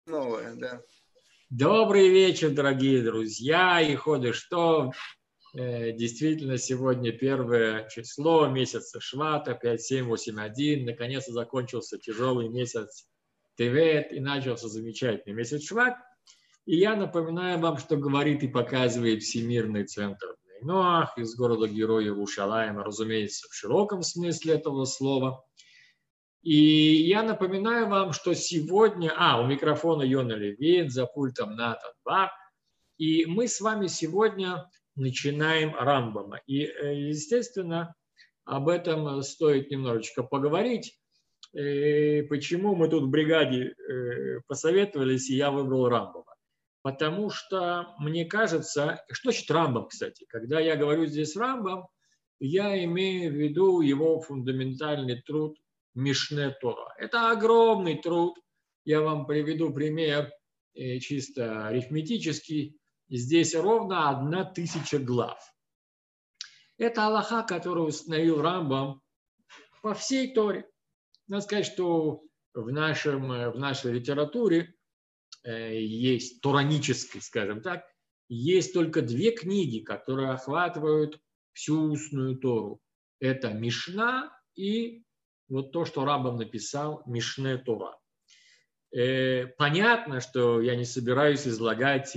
Новое, да. Добрый вечер, дорогие друзья и ходыштов. Действительно, сегодня первое число месяца Швата, 5781. Наконец-то закончился тяжелый месяц Тевет и начался замечательный месяц Шват. И я напоминаю вам, что говорит и показывает Всемирный центр Бней-Ноах из города-героя Иерушалайма, разумеется, в широком смысле этого слова. И я напоминаю вам, что сегодня... у микрофона Йона Левин, за пультом Натан Бак. И мы с вами сегодня начинаем Рамбама. И, естественно, об этом стоит немножечко поговорить. Почему мы тут в бригаде посоветовались, и я выбрал Рамбама. Потому что, мне кажется... Что значит Рамбам, кстати? Когда я говорю здесь Рамбам, я имею в виду его фундаментальный труд Мишне Тора. Это огромный труд. Я вам приведу пример чисто арифметический. Здесь ровно 1000 глав. Это алаха, которую установил Рамбам по всей Торе. Надо сказать, что в нашей литературе есть, торанической, скажем так, есть только 2 книги, которые охватывают всю устную Тору. Это Мишна и вот то, что Рамбам написал, Мишне Тора. Понятно, что я не собираюсь излагать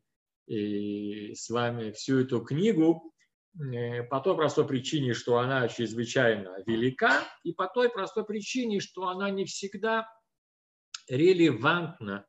с вами всю эту книгу по той простой причине, что она чрезвычайно велика, и по той простой причине, что она не всегда релевантна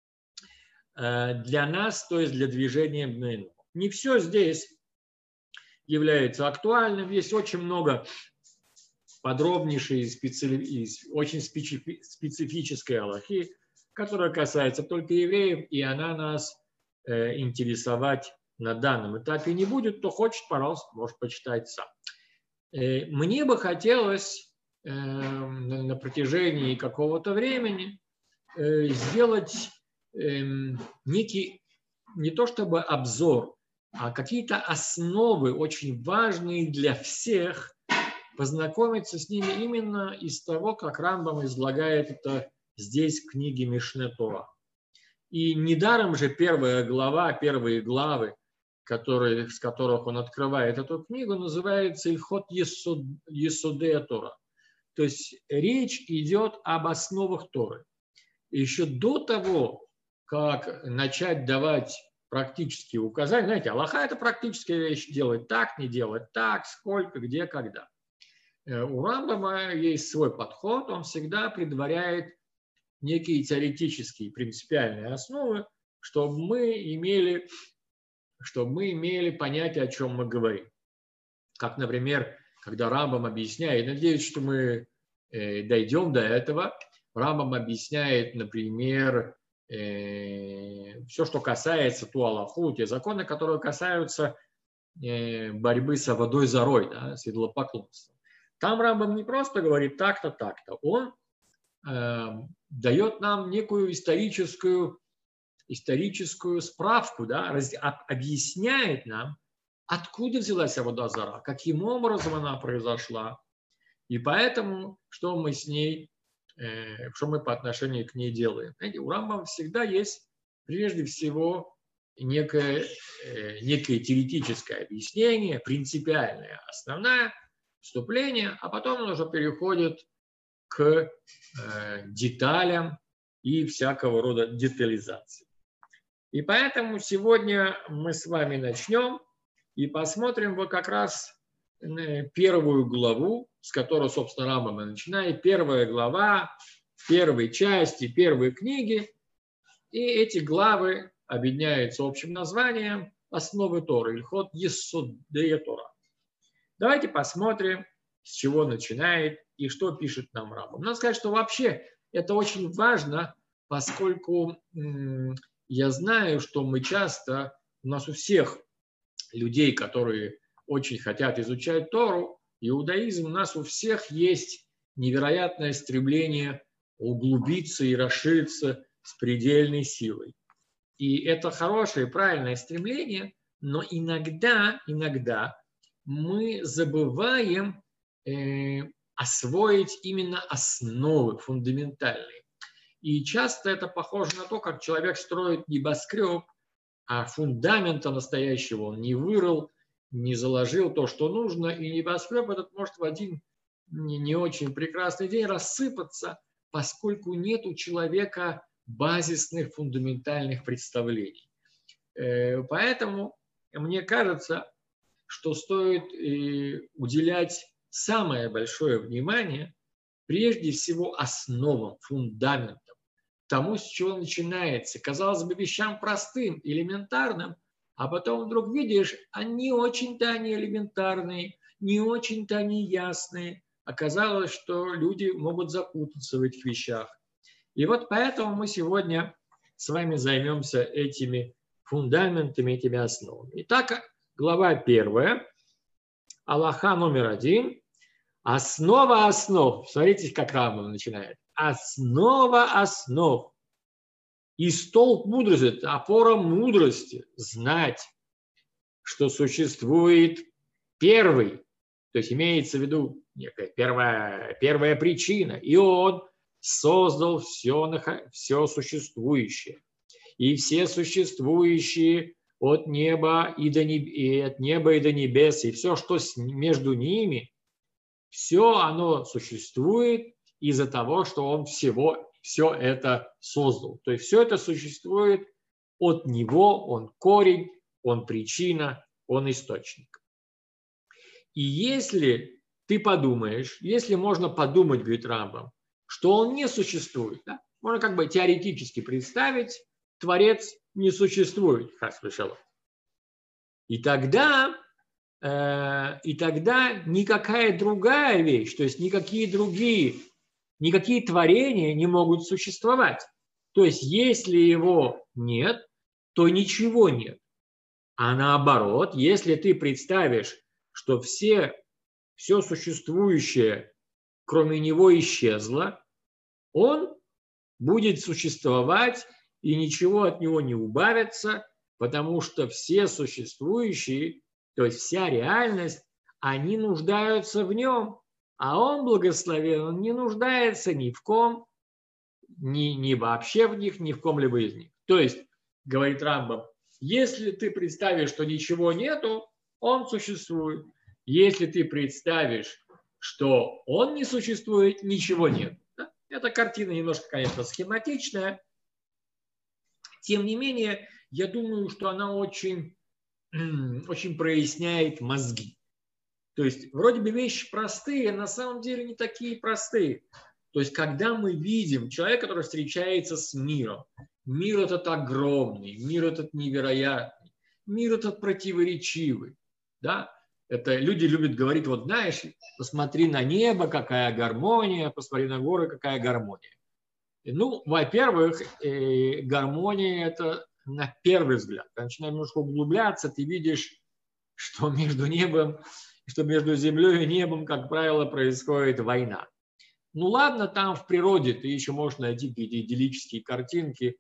для нас, то есть для движения Бней-Ноах. Не все здесь является актуальным, есть очень много подробнейшей и очень специфической алахи, которая касается только евреев, и она нас интересовать на данном этапе не будет. Кто хочет, пожалуйста, может почитать сам. Мне бы хотелось на протяжении какого-то времени сделать некий, не то чтобы обзор, а какие-то основы очень важные для всех, познакомиться с ними именно из того, как Рамбам излагает это здесь в книге Мишне Тора. И недаром же первые главы, с которых он открывает эту книгу, называется Ильхот Есодея Тора. То есть речь идет об основах Торы. И еще до того, как начать давать практические указания, знаете, алаха – это практическая вещь, делать так, не делать так, сколько, где, когда. У Рамбама есть свой подход, он всегда предваряет некие теоретические принципиальные основы, чтобы мы имели понятие, о чем мы говорим. Как, например, когда Рамбам объясняет, надеюсь, что мы дойдем до этого, Рамбам объясняет, например, все, что касается ту алаху, те законы, которые касаются борьбы с водой зарой, да, с идолопоклонством. Там Рамбам не просто говорит так-то, так-то. Он дает нам некую историческую справку, да, объясняет нам, откуда взялась вода зара, каким образом она произошла. И поэтому, что мы по отношению к ней делаем. Знаете, у Рамбама всегда есть, прежде всего, некое теоретическое объяснение, принципиальное, основное вступление, а потом он уже переходит к деталям и всякого рода детализации. И поэтому сегодня мы с вами начнем и посмотрим вот как раз первую главу, с которой, собственно, Рамбам начинает. Первая глава первой части первой книги. И эти главы объединяются общим названием «Основы Торы», Ильхот Есодея Тора. Давайте посмотрим, с чего начинает и что пишет нам Рамбам. Надо сказать, что вообще это очень важно, поскольку я знаю, что мы часто, у нас у всех людей, которые очень хотят изучать Тору, иудаизм, у нас у всех есть невероятное стремление углубиться и расшириться с предельной силой. И это хорошее, правильное стремление, но иногда мы забываем освоить именно основы фундаментальные. И часто это похоже на то, как человек строит небоскреб, а фундамента настоящего он не вырыл, не заложил то, что нужно, и небоскреб этот может в один не очень прекрасный день рассыпаться, поскольку нет у человека базисных фундаментальных представлений. Поэтому мне кажется, что стоит уделять самое большое внимание прежде всего основам, фундаментам, тому, с чего начинается. Казалось бы, вещам простым, элементарным, а потом вдруг видишь, не очень-то они элементарные, не очень-то они ясные. Оказалось, что люди могут запутаться в этих вещах. И вот поэтому мы сегодня с вами займемся этими фундаментами, этими основами. Итак, глава 1, алаха номер 1. Основа основ. Смотрите, как Рамбам начинает. Основа основ. И столб мудрости, опора мудрости. Знать, что существует первый. То есть имеется в виду некая первая причина. И он создал все существующее. И все существующие от неба и до небес, и все, что между ними, все оно существует из-за того, что он все это создал. То есть все это существует от него, он корень, он причина, он источник. И если ты подумаешь, если можно подумать, говорит Рамбам, что он не существует, да? Можно как бы теоретически представить, Творец не существует, и тогда никакая другая вещь, то есть никакие творения не могут существовать. То есть если его нет, то ничего нет. А наоборот, если ты представишь, что все существующее, кроме него, исчезло, он будет существовать, и ничего от него не убавится, потому что все существующие, то есть вся реальность, они нуждаются в нем, а он благословен, он не нуждается ни в ком, ни вообще в них, ни в ком-либо из них. То есть, говорит Рамбам, если ты представишь, что ничего нету, он существует. Если ты представишь, что он не существует, ничего нет. Эта картина немножко, конечно, схематичная. Тем не менее, я думаю, что она очень проясняет мозги. То есть вроде бы вещи простые, а на самом деле не такие простые. То есть когда мы видим человека, который встречается с миром, мир этот огромный, мир этот невероятный, мир этот противоречивый. Да? Это люди любят говорить, вот знаешь, посмотри на небо, какая гармония, посмотри на горы, какая гармония. Ну, во-первых, гармония – это на первый взгляд. Когда начинаешь немножко углубляться, ты видишь, что между землей и небом, как правило, происходит война. Ну ладно, там в природе ты еще можешь найти какие-то идиллические картинки,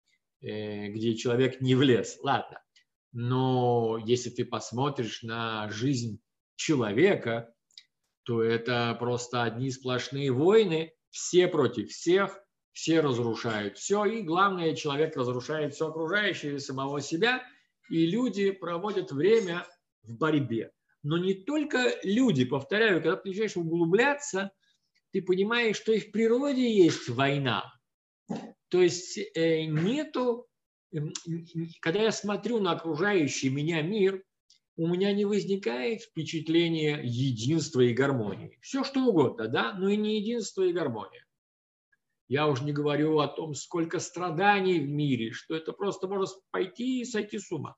где человек не влез. Ладно. Но если ты посмотришь на жизнь человека, то это просто одни сплошные войны, все против всех, все разрушают все, и главное, человек разрушает все окружающее, самого себя, и люди проводят время в борьбе. Но не только люди, повторяю, когда ты начинаешь углубляться, ты понимаешь, что и в природе есть война. То есть нету, когда я смотрю на окружающий меня мир, у меня не возникает впечатление единства и гармонии. Все что угодно, да, но и не единство и гармония. Я уже не говорю о том, сколько страданий в мире, что это просто может пойти и сойти с ума.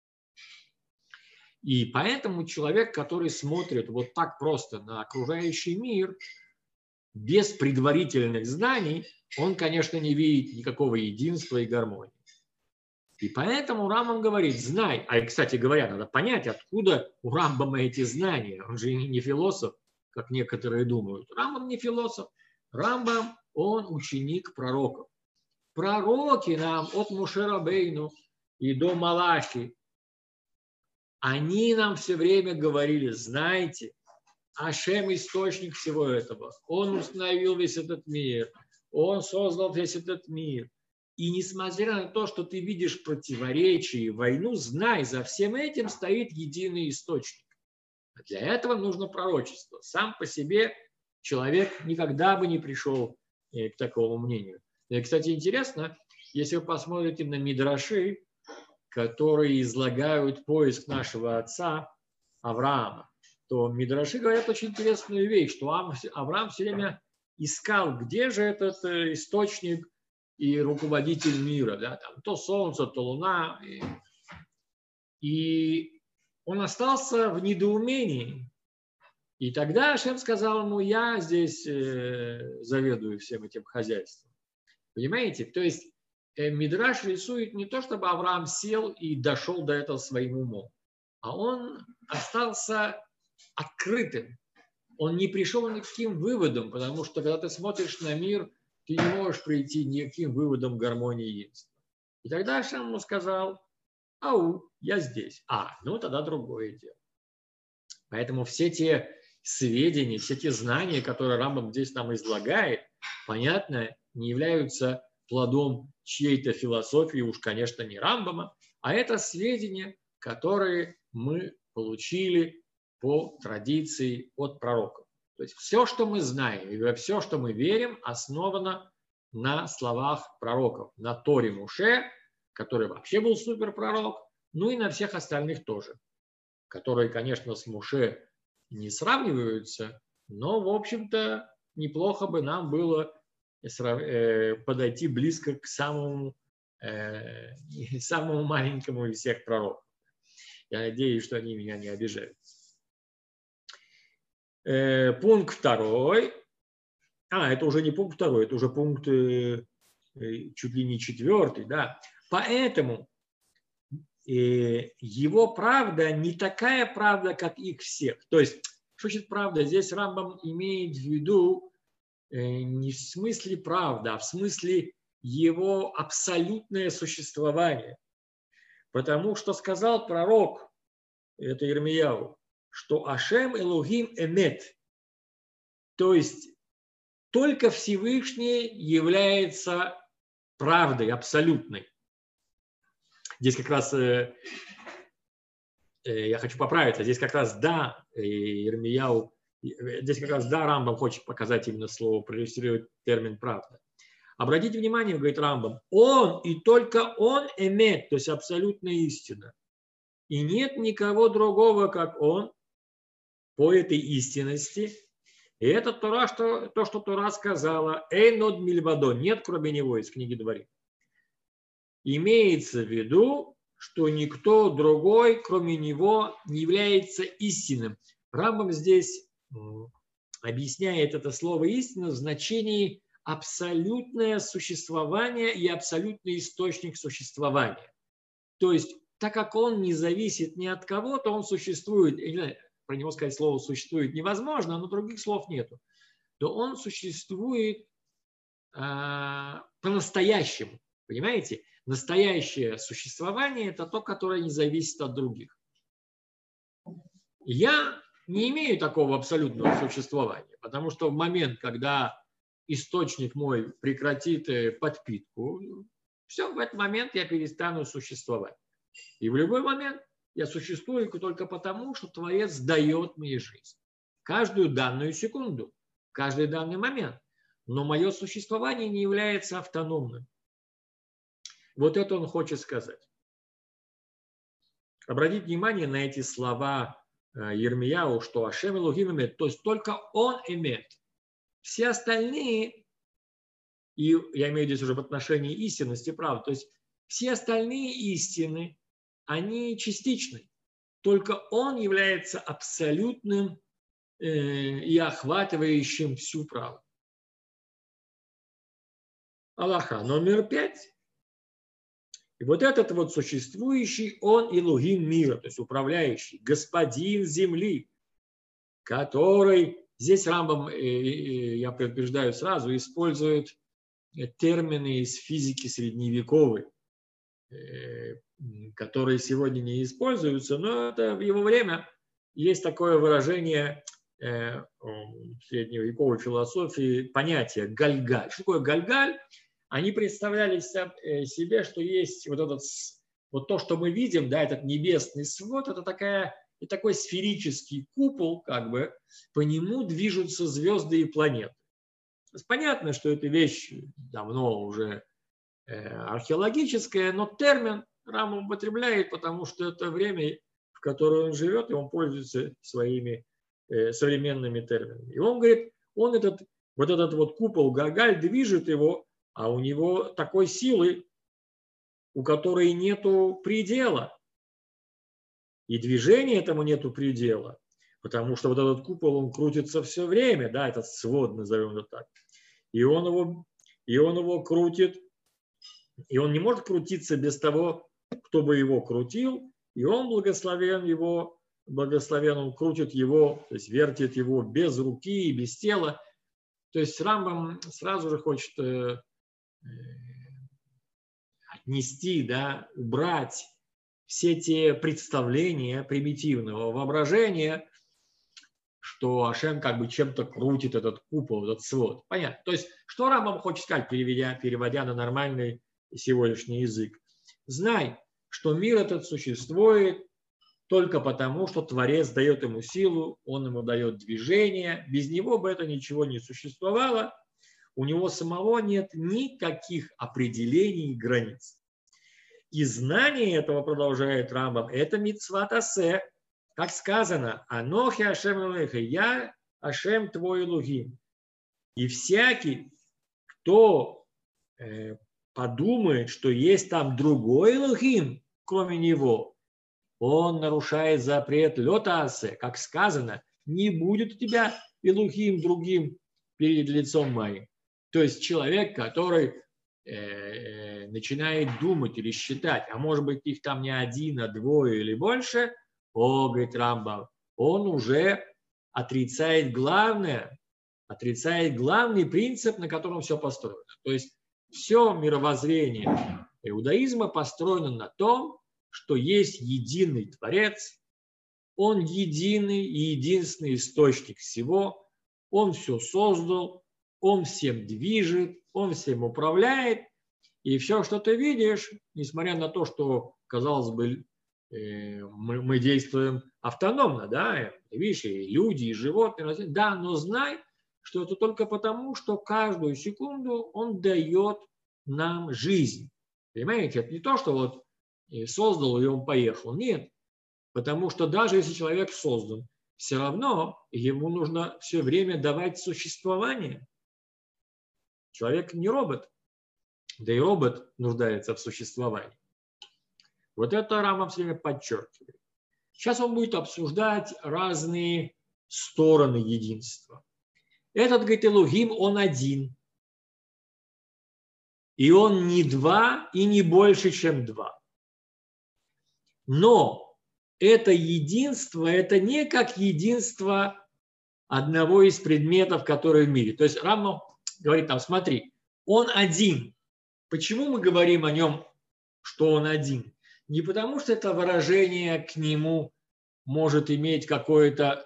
И поэтому человек, который смотрит вот так просто на окружающий мир, без предварительных знаний, он, конечно, не видит никакого единства и гармонии. И поэтому Рамбам говорит, знай, а, кстати говоря, надо понять, откуда у Рамбама эти знания. Он же не философ, как некоторые думают. Рамбам не философ. Рамбам, он ученик пророков. Пророки нам от Моше Рабейну и до Малахи, они нам все время говорили, знайте, Ашем источник всего этого. Он установил весь этот мир. Он создал весь этот мир. И несмотря на то, что ты видишь противоречия и войну, знай, за всем этим стоит единый источник. Для этого нужно пророчество. Сам по себе человек никогда бы не пришел к такому мнению. И, кстати, интересно, если вы посмотрите на мидраши, которые излагают поиск нашего отца Авраама, то мидраши говорят очень интересную вещь, что Авраам все время искал, где же этот источник и руководитель мира. Да? Там, то солнце, то луна. И он остался в недоумении. И тогда Ашем сказал ему: я здесь заведую всем этим хозяйством. Понимаете? То есть Мидраш рисует не то, чтобы Авраам сел и дошел до этого своим умом, а он остался открытым. Он не пришел ни к каким выводам, потому что когда ты смотришь на мир, ты не можешь прийти ни к каким выводам гармонии и единства. И тогда Ашем ему сказал: ау, я здесь. Ну тогда другое дело. Поэтому все те сведения, все те знания, которые Рамбам здесь нам излагает, понятно, не являются плодом чьей-то философии, уж, конечно, не Рамбама, а это сведения, которые мы получили по традиции от пророков. То есть все, что мы знаем, и все, что мы верим, основано на словах пророков, на Торе Муше, который вообще был суперпророк, ну и на всех остальных тоже, которые, конечно, с Муше не сравниваются, но, в общем-то, неплохо бы нам было подойти близко к самому маленькому из всех пророков. Я надеюсь, что они меня не обижают. Пункт второй. Это уже не пункт второй, это уже пункт чуть ли не четвертый. Да. Поэтому его правда не такая правда, как их всех. То есть, что значит правда? Здесь Рамбам имеет в виду не в смысле правда, а в смысле его абсолютное существование. Потому что сказал пророк, это Ирмияу, что Ашем Элохим Эмет, то есть только Всевышний является правдой абсолютной. Здесь как раз, я хочу поправиться, здесь как раз да, Ирмияу, здесь как раз да, Рамбам хочет показать именно слово, проиллюстрировать термин правда. Обратите внимание, говорит Рамбам, он и только он эмет, то есть абсолютная истина. И нет никого другого, как он, по этой истинности. И это то, что Тора сказала, эйнод мильвадо, нет кроме него, из книги Дворим. Имеется в виду, что никто другой, кроме него, не является истинным. Рамбам здесь объясняет это слово истина в значении абсолютное существование и абсолютный источник существования. То есть, так как он не зависит ни от кого-то, он существует, я не знаю, про него сказать слово «существует» невозможно, но других слов нету, то он существует по-настоящему. Понимаете? Настоящее существование – это то, которое не зависит от других. Я не имею такого абсолютного существования, потому что в момент, когда источник мой прекратит подпитку, все, в этот момент я перестану существовать. И в любой момент я существую только потому, что Творец дает мне жизнь. Каждую данную секунду, каждый данный момент. Но мое существование не является автономным. Вот это он хочет сказать. Обратите внимание на эти слова Йирмияу, что Ашем Элохим эмет, то есть только он эмет. Все остальные, и я имею здесь уже в отношении истинности, правда, то есть все остальные истины, они частичны. Только он является абсолютным и охватывающим всю правду. Аллаха номер 5. И вот этот вот существующий, он Элохим мира, то есть управляющий, господин земли, который, здесь Рамбам, я предупреждаю сразу, использует термины из физики средневековой, которые сегодня не используются, но это в его время есть такое выражение средневековой философии понятие Гальгаль. Что такое Гальгаль? Они представляли себе, что есть вот то, что мы видим, да, этот небесный свод, это такой сферический купол, как бы, по нему движутся звезды и планеты. Понятно, что эта вещь давно уже археологическая, но термин Рамбам употребляет, потому что это время, в которое он живет, и он пользуется своими современными терминами. И он говорит, вот этот купол Гагаль движет его, а у него такой силы, у которой нету предела. И движения этому нету предела, потому что вот этот купол, он крутится все время, да, этот свод, назовем это так. И он его крутит, и он не может крутиться без того, кто бы его крутил, и он благословен, он крутит его, то есть вертит его без руки и без тела. То есть Рамбам сразу же хочет отнести, да, убрать все те представления примитивного воображения, что Ашем как бы чем-то крутит этот купол, этот свод. Понятно. То есть, что Рамбам хочет сказать, переводя на нормальный сегодняшний язык? Знай, что мир этот существует только потому, что Творец дает ему силу, он ему дает движение. Без него бы это ничего не существовало. У него самого нет никаких определений и границ. И знание этого, продолжает Рамбам, это мицват асе, как сказано, «Анохи Ашем Элохеха», «Я Ашем твой Элохим». И всякий, кто подумает, что есть там другой Элохим, кроме него, он нарушает запрет лёта асе, как сказано, «Не будет у тебя Элохим другим перед лицом моим». То есть человек, который начинает думать или считать, а может быть их там не один, а двое или больше, говорит Рамбам, он уже отрицает главный принцип, на котором все построено. То есть все мировоззрение иудаизма построено на том, что есть единый Творец, он единый и единственный источник всего, он все создал, он всем движет, он всем управляет, и все, что ты видишь, несмотря на то, что, казалось бы, мы действуем автономно, да, видишь, и люди, и животные, да, но знай, что это только потому, что каждую секунду он дает нам жизнь. Понимаете, это не то, что вот создал и он поехал, нет, потому что даже если человек создан, все равно ему нужно все время давать существование. Человек не робот, да и робот нуждается в существовании. Вот это Рамбам все время подчеркивает. Сейчас он будет обсуждать разные стороны единства. Этот, говорит, Элохим, он один. И он не два, и не больше, чем два. Но это единство, это не как единство одного из предметов, которые в мире. То есть Рамбам говорит там, смотри, он один. Почему мы говорим о нем, что он один? Не потому, что это выражение к нему может иметь какое-то,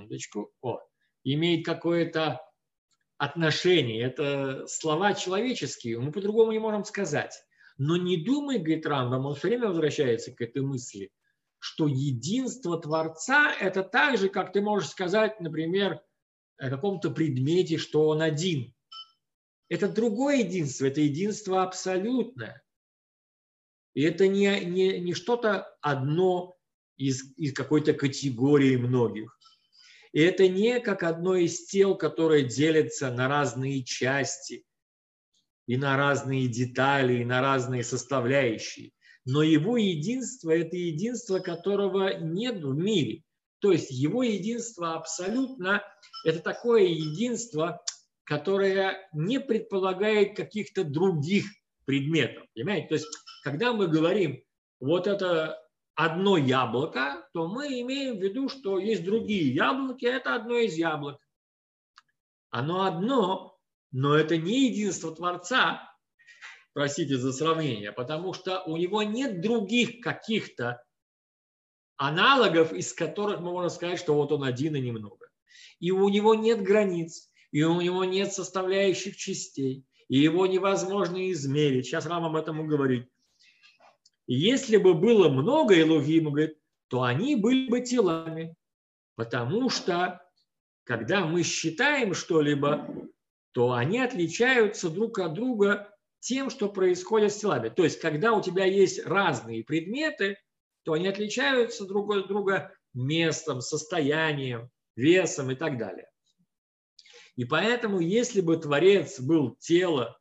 имеет какое-то отношение. Это слова человеческие, мы по-другому не можем сказать. Но не думай, говорит Рамбам, он все время возвращается к этой мысли, что единство Творца – это так же, как ты можешь сказать, например, о каком-то предмете, что он один. Это другое единство, это единство абсолютное. И это не что-то одно из какой-то категории многих. И это не как одно из тел, которое делится на разные части, и на разные детали, и на разные составляющие. Но его единство – это единство, которого нет в мире. То есть его единство абсолютно – это такое единство, которое не предполагает каких-то других предметов. Понимаете? То есть, когда мы говорим, вот это одно яблоко, то мы имеем в виду, что есть другие яблоки, это одно из яблок. Оно одно, но это не единство Творца, простите за сравнение, потому что у него нет других каких-то аналогов, из которых мы можем сказать, что вот он один и немного. и у него нет границ, и у него нет составляющих частей, и его невозможно измерить. Сейчас Рамбам об этом говорит. И если бы было много Элохим, говорит, то они были бы телами. Потому что, когда мы считаем что-либо, то они отличаются друг от друга тем, что происходит с телами. То есть, когда у тебя есть разные предметы, то они отличаются друг от друга местом, состоянием, весом и так далее. И поэтому, если бы Творец был тело,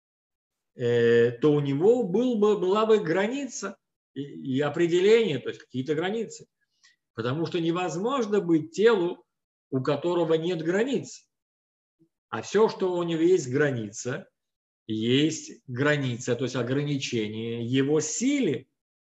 то у него была бы граница и определение, то есть какие-то границы. Потому что невозможно быть телу, у которого нет границ. А все, что у него есть граница, то есть ограничение его силе.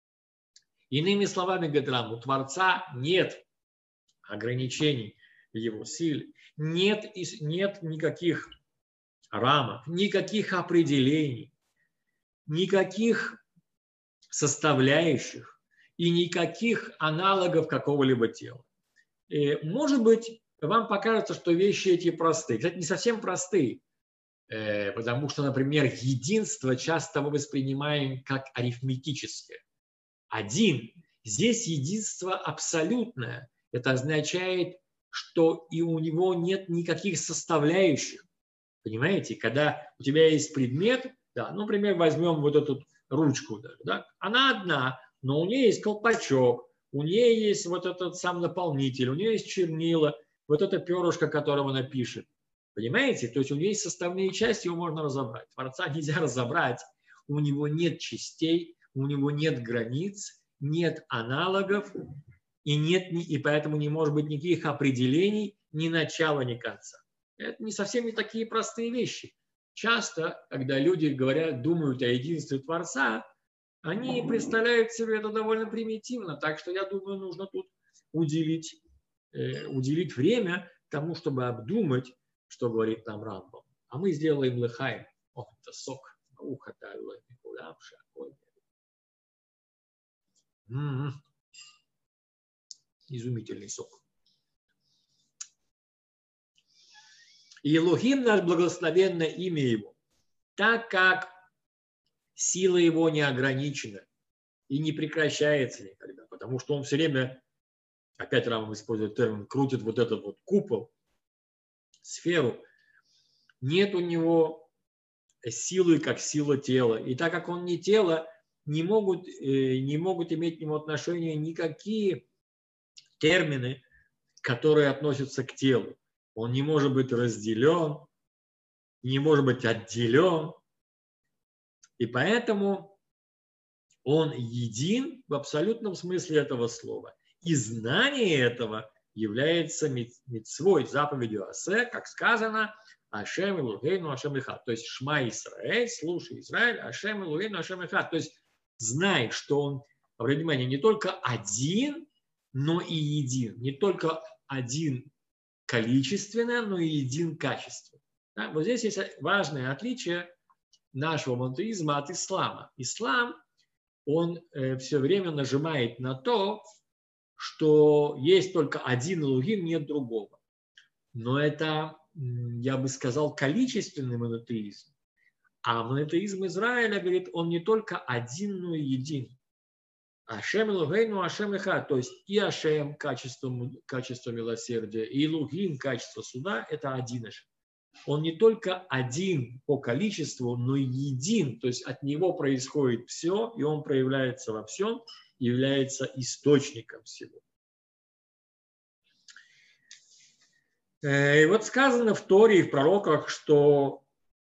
Иными словами, говорит Рам, у Творца нет ограничений в его силе, нет никаких рамок, никаких определений, никаких составляющих и никаких аналогов какого-либо тела. И, может быть, вам покажется, что вещи эти простые. Кстати, не совсем простые, потому что, например, единство часто мы воспринимаем как арифметическое. Один. Здесь единство абсолютное. Это означает, что и у него нет никаких составляющих. Понимаете, когда у тебя есть предмет, да, например, возьмем вот эту ручку, да, она одна, но у нее есть колпачок, у нее есть вот этот сам наполнитель, у нее есть чернила, вот это перышко, которым она пишет. Понимаете? То есть у нее есть составные части, его можно разобрать. Творца нельзя разобрать, у него нет частей, у него нет границ, нет аналогов, и поэтому не может быть никаких определений, ни начала, ни конца. Это не совсем не такие простые вещи. Часто, когда люди думают о единстве Творца, они представляют себе это довольно примитивно. Так что я думаю, нужно тут уделить время тому, чтобы обдумать, что говорит нам Рамбам. А мы сделаем лехаим. О, это сок. Изумительный сок. И Элохим наш, благословенное имя его, так как сила его не ограничена и не прекращается никогда, потому что он все время, опять Рамбам использует термин, крутит вот этот вот купол, сферу, нет у него силы, как сила тела. И так как он не тело, не могут иметь к нему отношения никакие термины, которые относятся к телу. Он не может быть разделен, не может быть отделен. И поэтому он един в абсолютном смысле этого слова. И знание этого является мицвой, заповедью Асе, как сказано, Ашем Элохейну Ашем Эхад. То есть Шма Исраэль, слушай Израиль, Ашем Элохейну Ашем Эхад. То есть знай, что он, обратите внимание, не только один, но и един. Не только один количественно, но и един качественно. Да? Вот здесь есть важное отличие нашего монотеизма от ислама. Ислам, он все время нажимает на то, что есть только один Элохим, нет другого. Но это, я бы сказал, количественный монотеизм. А монотеизм Израиля говорит, он не только один, но и един. Ашем Элохейну Ашем Эхад, то есть и Ашем качество милосердия, и Элохим качество суда, это один Ашем. Он не только один по количеству, но и един, то есть от него происходит все, и он проявляется во всем, является источником всего. И вот сказано в Торе и в пророках, что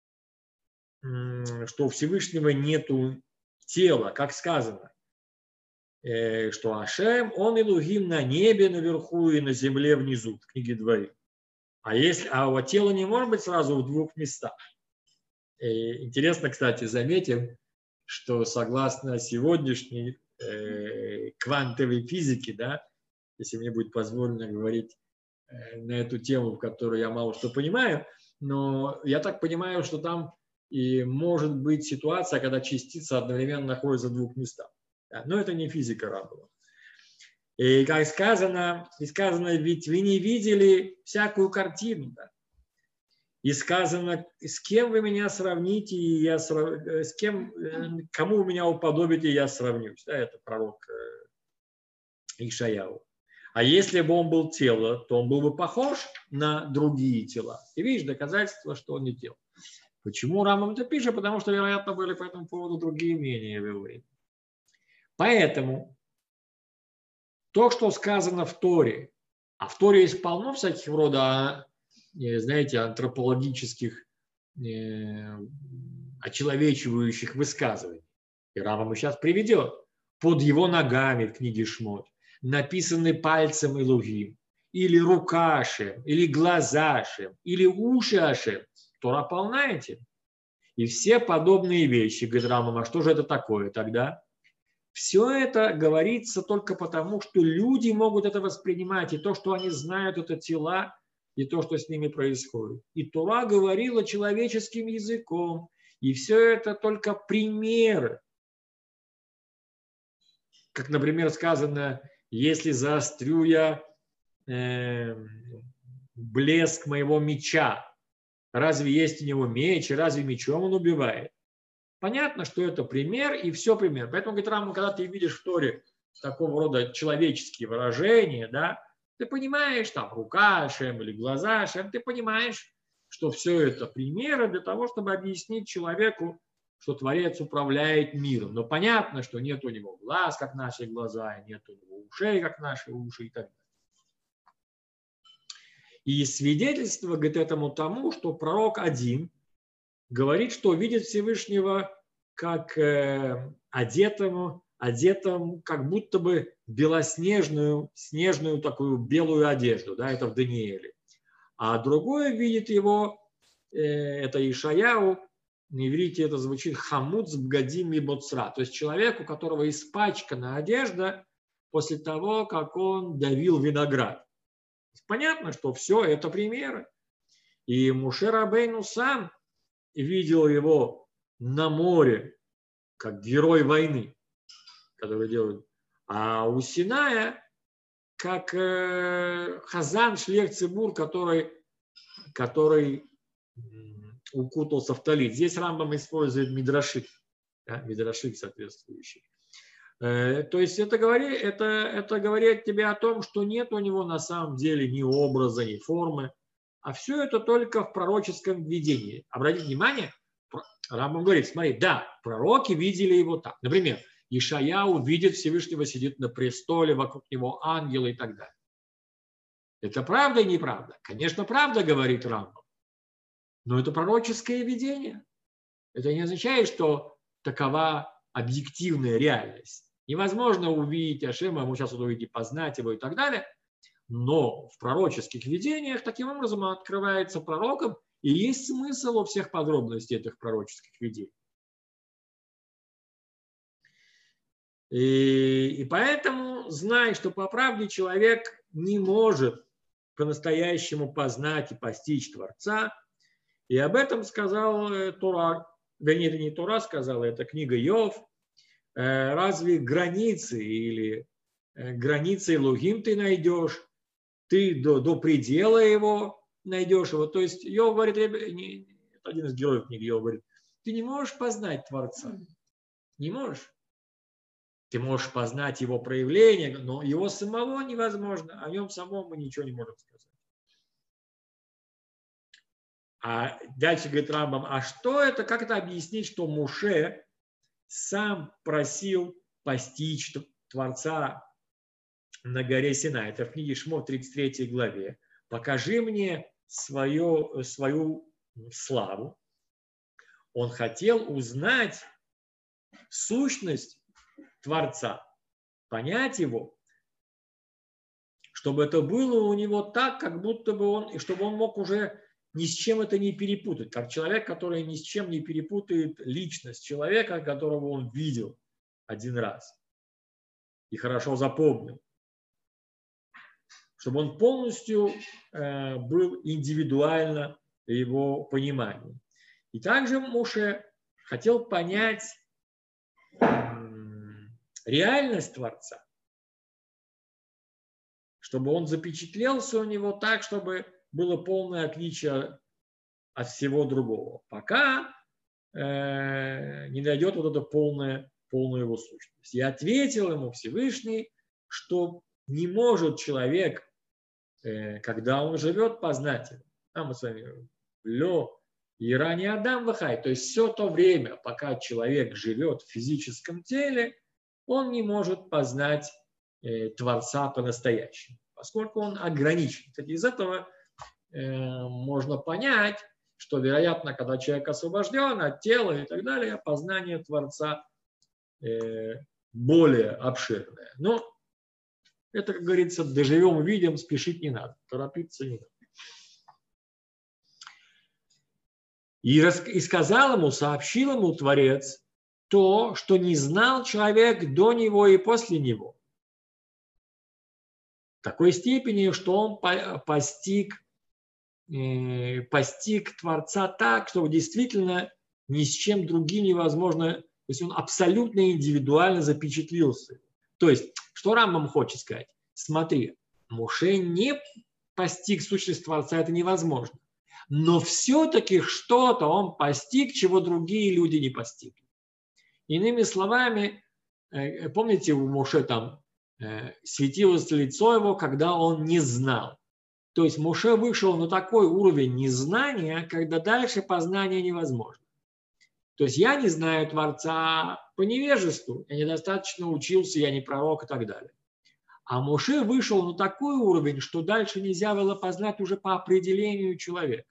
у Всевышнего нету тела, как сказано, что Ашем, он Элохим на небе наверху и на земле внизу, в книге Дворим. А у тела не может быть сразу в двух местах. Интересно, кстати, заметим, что согласно сегодняшней квантовой физике, да, если мне будет позволено говорить на эту тему, в которой я мало что понимаю, но я так понимаю, что там и может быть ситуация, когда частица одновременно находится в двух местах. Да, но это не физика Рамбама. И как сказано, ведь вы не видели всякую картину. Да? И сказано, с кем вы меня сравните, и я с кем, кому вы меня уподобите, я сравнюсь. Да, это пророк Ишаяу. А если бы он был тело, то он был бы похож на другие тела. И видишь, доказательство, что он не тело. Почему Рамбам это пишет? Потому что, вероятно, были по этому поводу другие мнения в его время. Поэтому то, что сказано в Торе, а в Торе есть полно всяких рода, знаете, антропологических, очеловечивающих высказываний. И Рамбам сейчас приведет. Под его ногами в книге Шмот написаны пальцем Элохим, или рука Ашем, или глаза Ашем, или уши Ашем. Тора полна этим. И все подобные вещи, говорит Рамбам, а что же это такое тогда? Все это говорится только потому, что люди могут это воспринимать, и то, что они знают, это тела, и то, что с ними происходит. И Тора говорила человеческим языком, и все это только примеры. Как, например, сказано, если заострю я блеск моего меча, разве есть у него меч, и разве мечом он убивает? Понятно, что это пример, и все пример. Поэтому, говорит Рамбам, когда ты видишь в Торе такого рода человеческие выражения, да, ты понимаешь, там, рука Ашем или глаза Ашем, ты понимаешь, что все это примеры для того, чтобы объяснить человеку, что Творец управляет миром. Но понятно, что нет у него глаз, как наши глаза, и нет у него ушей, как наши уши и так далее. И свидетельство, говорит, этому тому, что пророк один говорит, что видит Всевышнего как одетым, как будто бы белоснежную, снежную такую белую одежду, да, это в Данииле. А другое видит его, это Ишаяу, на иврите это звучит хамуц бгадим и боцра, то есть человек, у которого испачкана одежда после того, как он давил виноград. Понятно, что все это примеры. И Моше Рабейну сам видел его на море, как герой войны, который делает. А у Синая, как Хазан Шлех Цибур, который укутался в талит. Здесь Рамбам использует мидрашит, да, мидрашит соответствующий. То есть это говорит тебе о том, что нет у него на самом деле ни образа, ни формы, а все это только в пророческом видении. Обратите внимание, Рамбам говорит, смотри, да, пророки видели его так. Например, Ишаяу видит Всевышнего, сидит на престоле, вокруг него ангелы и так далее. Это правда и неправда? Конечно, правда, говорит Рамбам. Но это пророческое видение. Это не означает, что такова объективная реальность. Невозможно увидеть Ашема, мы сейчас увидим, познать его и так далее. Но в пророческих видениях таким образом он открывается пророком, и есть смысл во всех подробностях этих пророческих видений. И поэтому знай, что по правде человек не может по-настоящему познать и постичь Творца. И об этом сказал Тора, вернее, это не Тора сказала, это книга Йов. Разве границы или границы Элохим ты найдешь? Ты до предела его найдешь его. То есть Йов говорит, один из героев книги Йов говорит, ты не можешь познать Творца. Не можешь. Ты можешь познать его проявление, но его самого невозможно. О нем самом мы ничего не можем сказать. А дальше говорит Рамбам, а что это, как это объяснить, что Моше сам просил постичь Творца на горе Синай? Это в книге Шмот 33 главе. Покажи мне свою славу. Он хотел узнать сущность Творца, понять его, чтобы это было у него так, как будто бы он, и чтобы он мог уже ни с чем это не перепутать, как человек, который ни с чем не перепутает личность человека, которого он видел один раз и хорошо запомнил, чтобы он полностью был индивидуально в его понимании. И также Моше хотел понять реальность Творца. чтобы он запечатлелся у него так, чтобы было полное отличие от всего другого, пока не найдет вот это полную его сущность. И ответил ему Всевышний, что не может человек, когда он живет, познать его. А мы с вами лё и ранее Адам вахай, то есть все то время, пока человек живет в физическом теле, он не может познать Творца по-настоящему, поскольку он ограничен. Кстати, из этого можно понять, что, вероятно, когда человек освобожден от тела и так далее, познание Творца более обширное. Но это, как говорится, доживем, увидим, спешить не надо, торопиться не надо. И сказал ему, сообщил ему Творец то, что не знал человек до него и после него. В такой степени, что он постиг Творца так, что действительно ни с чем другим невозможно, то есть он абсолютно индивидуально запечатлился. То есть, что Рамбам хочет сказать? Смотри, Моше не постиг сущность Творца, это невозможно. Но все-таки что-то он постиг, чего другие люди не постигли. Иными словами, помните, у Моше там светилось лицо его, когда он не знал. То есть Моше вышел на такой уровень незнания, когда дальше познание невозможно. То есть я не знаю Творца по невежеству, я недостаточно учился, я не пророк и так далее. А Моше вышел на такой уровень, что дальше нельзя было познать уже по определению человека.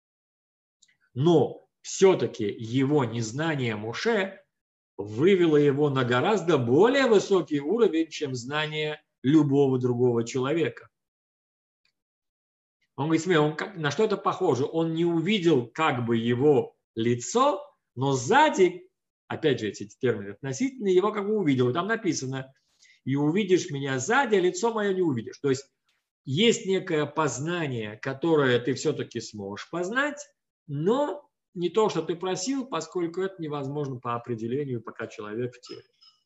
Но все-таки его незнание Моше вывело его на гораздо более высокий уровень, чем знание любого другого человека. Он говорит, смотри, на что это похоже? Он не увидел как бы его лицо, но сзади, опять же, эти термины относительные, его как бы увидел. Там написано, и увидишь меня сзади, а лицо мое не увидишь. То есть некое познание, которое ты все-таки сможешь познать, но не то, что ты просил, поскольку это невозможно по определению, пока человек в теле.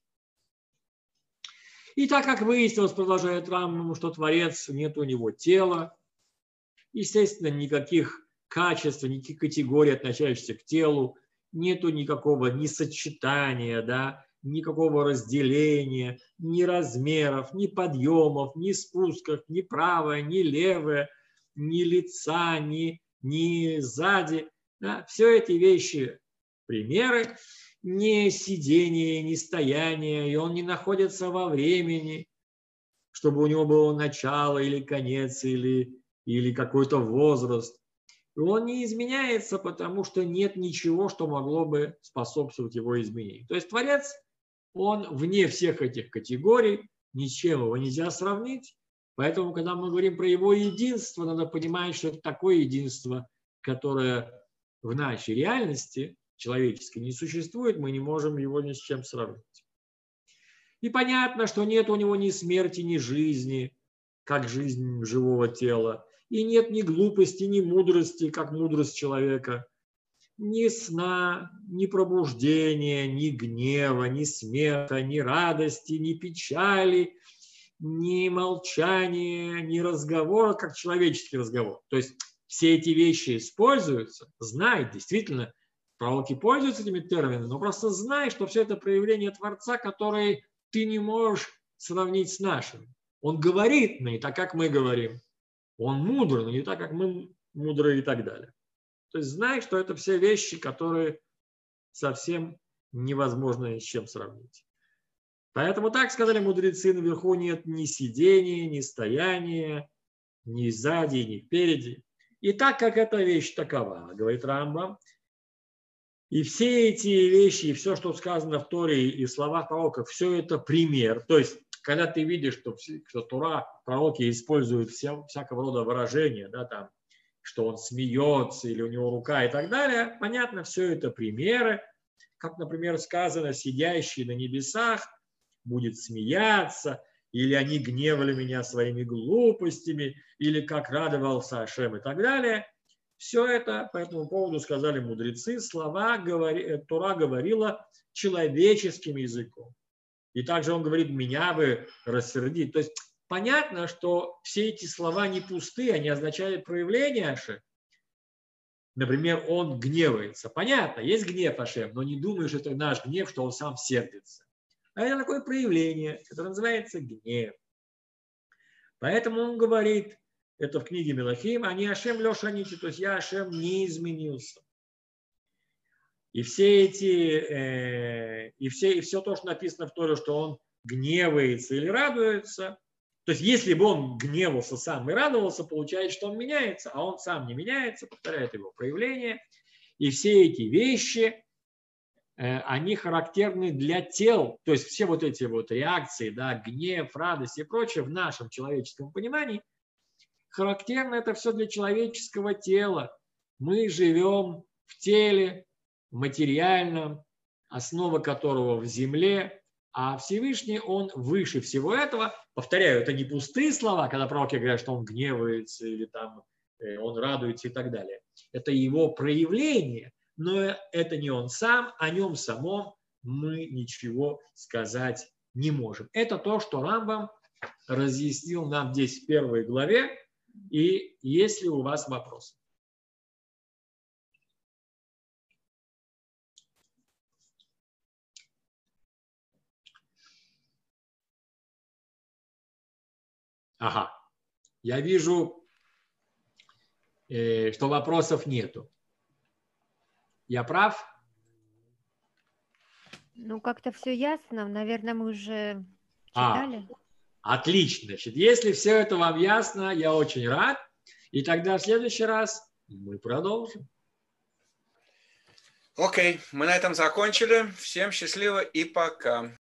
И так как выяснилось, продолжает Рамбам, что Творец, нет у него тела, естественно, никаких качеств, никаких категорий, относящихся к телу, нету никакого ни сочетания, да, никакого разделения, ни размеров, ни подъемов, ни спусков, ни правое, ни левое, ни лица, ни сзади. Да. Все эти вещи, примеры, не сидение, не стояние, и он не находится во времени, чтобы у него было начало или конец, или какой-то возраст. И он не изменяется, потому что нет ничего, что могло бы способствовать его изменению. То есть Творец, он вне всех этих категорий, ни с чем его нельзя сравнить. Поэтому, когда мы говорим про его единство, надо понимать, что это такое единство, которое в нашей реальности человеческой не существует, мы не можем его ни с чем сравнить. И понятно, что нет у него ни смерти, ни жизни, как жизнь живого тела. И нет ни глупости, ни мудрости, как мудрость человека, ни сна, ни пробуждения, ни гнева, ни смеха, ни радости, ни печали, ни молчания, ни разговора, как человеческий разговор. То есть все эти вещи используются, знай, действительно, пророки пользуются этими терминами, но просто знай, что все это проявление Творца, которое ты не можешь сравнить с нашим. Он говорит, но не так, как мы говорим. Он мудр, но не так, как мы мудры и так далее. То есть знай, что это все вещи, которые совсем невозможно ни с чем сравнить. Поэтому так сказали мудрецы, наверху нет ни сидения, ни стояния, ни сзади, ни впереди. И так как эта вещь такова, говорит Рамбам, и все эти вещи, и все, что сказано в Торе и в словах пророков, все это пример. То есть когда ты видишь, что Тора, пророки используют всякого рода выражения, да, там, что он смеется или у него рука и так далее, понятно, все это примеры. Как, например, сказано, сидящий на небесах будет смеяться, или они гневали меня своими глупостями, или как радовался Ашем и так далее. Все это по этому поводу сказали мудрецы, Тора говорила человеческим языком. И также он говорит, меня бы рассердить. То есть понятно, что все эти слова не пустые, они означают проявление Ашем. Например, он гневается. Понятно, есть гнев Ашем, но не думаешь, что это наш гнев, что он сам сердится. А это такое проявление, которое называется гнев. Поэтому он говорит, это в книге Мелахим, они Ашем лешанити, то есть я Ашем не изменился. И все эти, и все то, что написано в Торе, что он гневается или радуется, то есть если бы он гневался сам и радовался, получается, что он меняется, а он сам не меняется, повторяет его проявление. И все эти вещи, они характерны для тел, то есть все вот эти вот реакции, да, гнев, радость и прочее в нашем человеческом понимании, характерно это все для человеческого тела. Мы живем в теле, материальном, основа которого в земле, а Всевышний, он выше всего этого. Повторяю, это не пустые слова, когда пророки говорят, что он гневается или там он радуется и так далее. Это его проявление, но это не он сам, о нем самом мы ничего сказать не можем. Это то, что Рамбам разъяснил нам здесь в первой главе. И есть ли у вас вопросы? Ага, я вижу, что вопросов нету. Я прав? Ну, как-то все ясно. Наверное, мы уже читали. Отлично. Значит, если все это вам ясно, я очень рад. И тогда в следующий раз мы продолжим. Окей, мы на этом закончили. Всем счастливо и пока.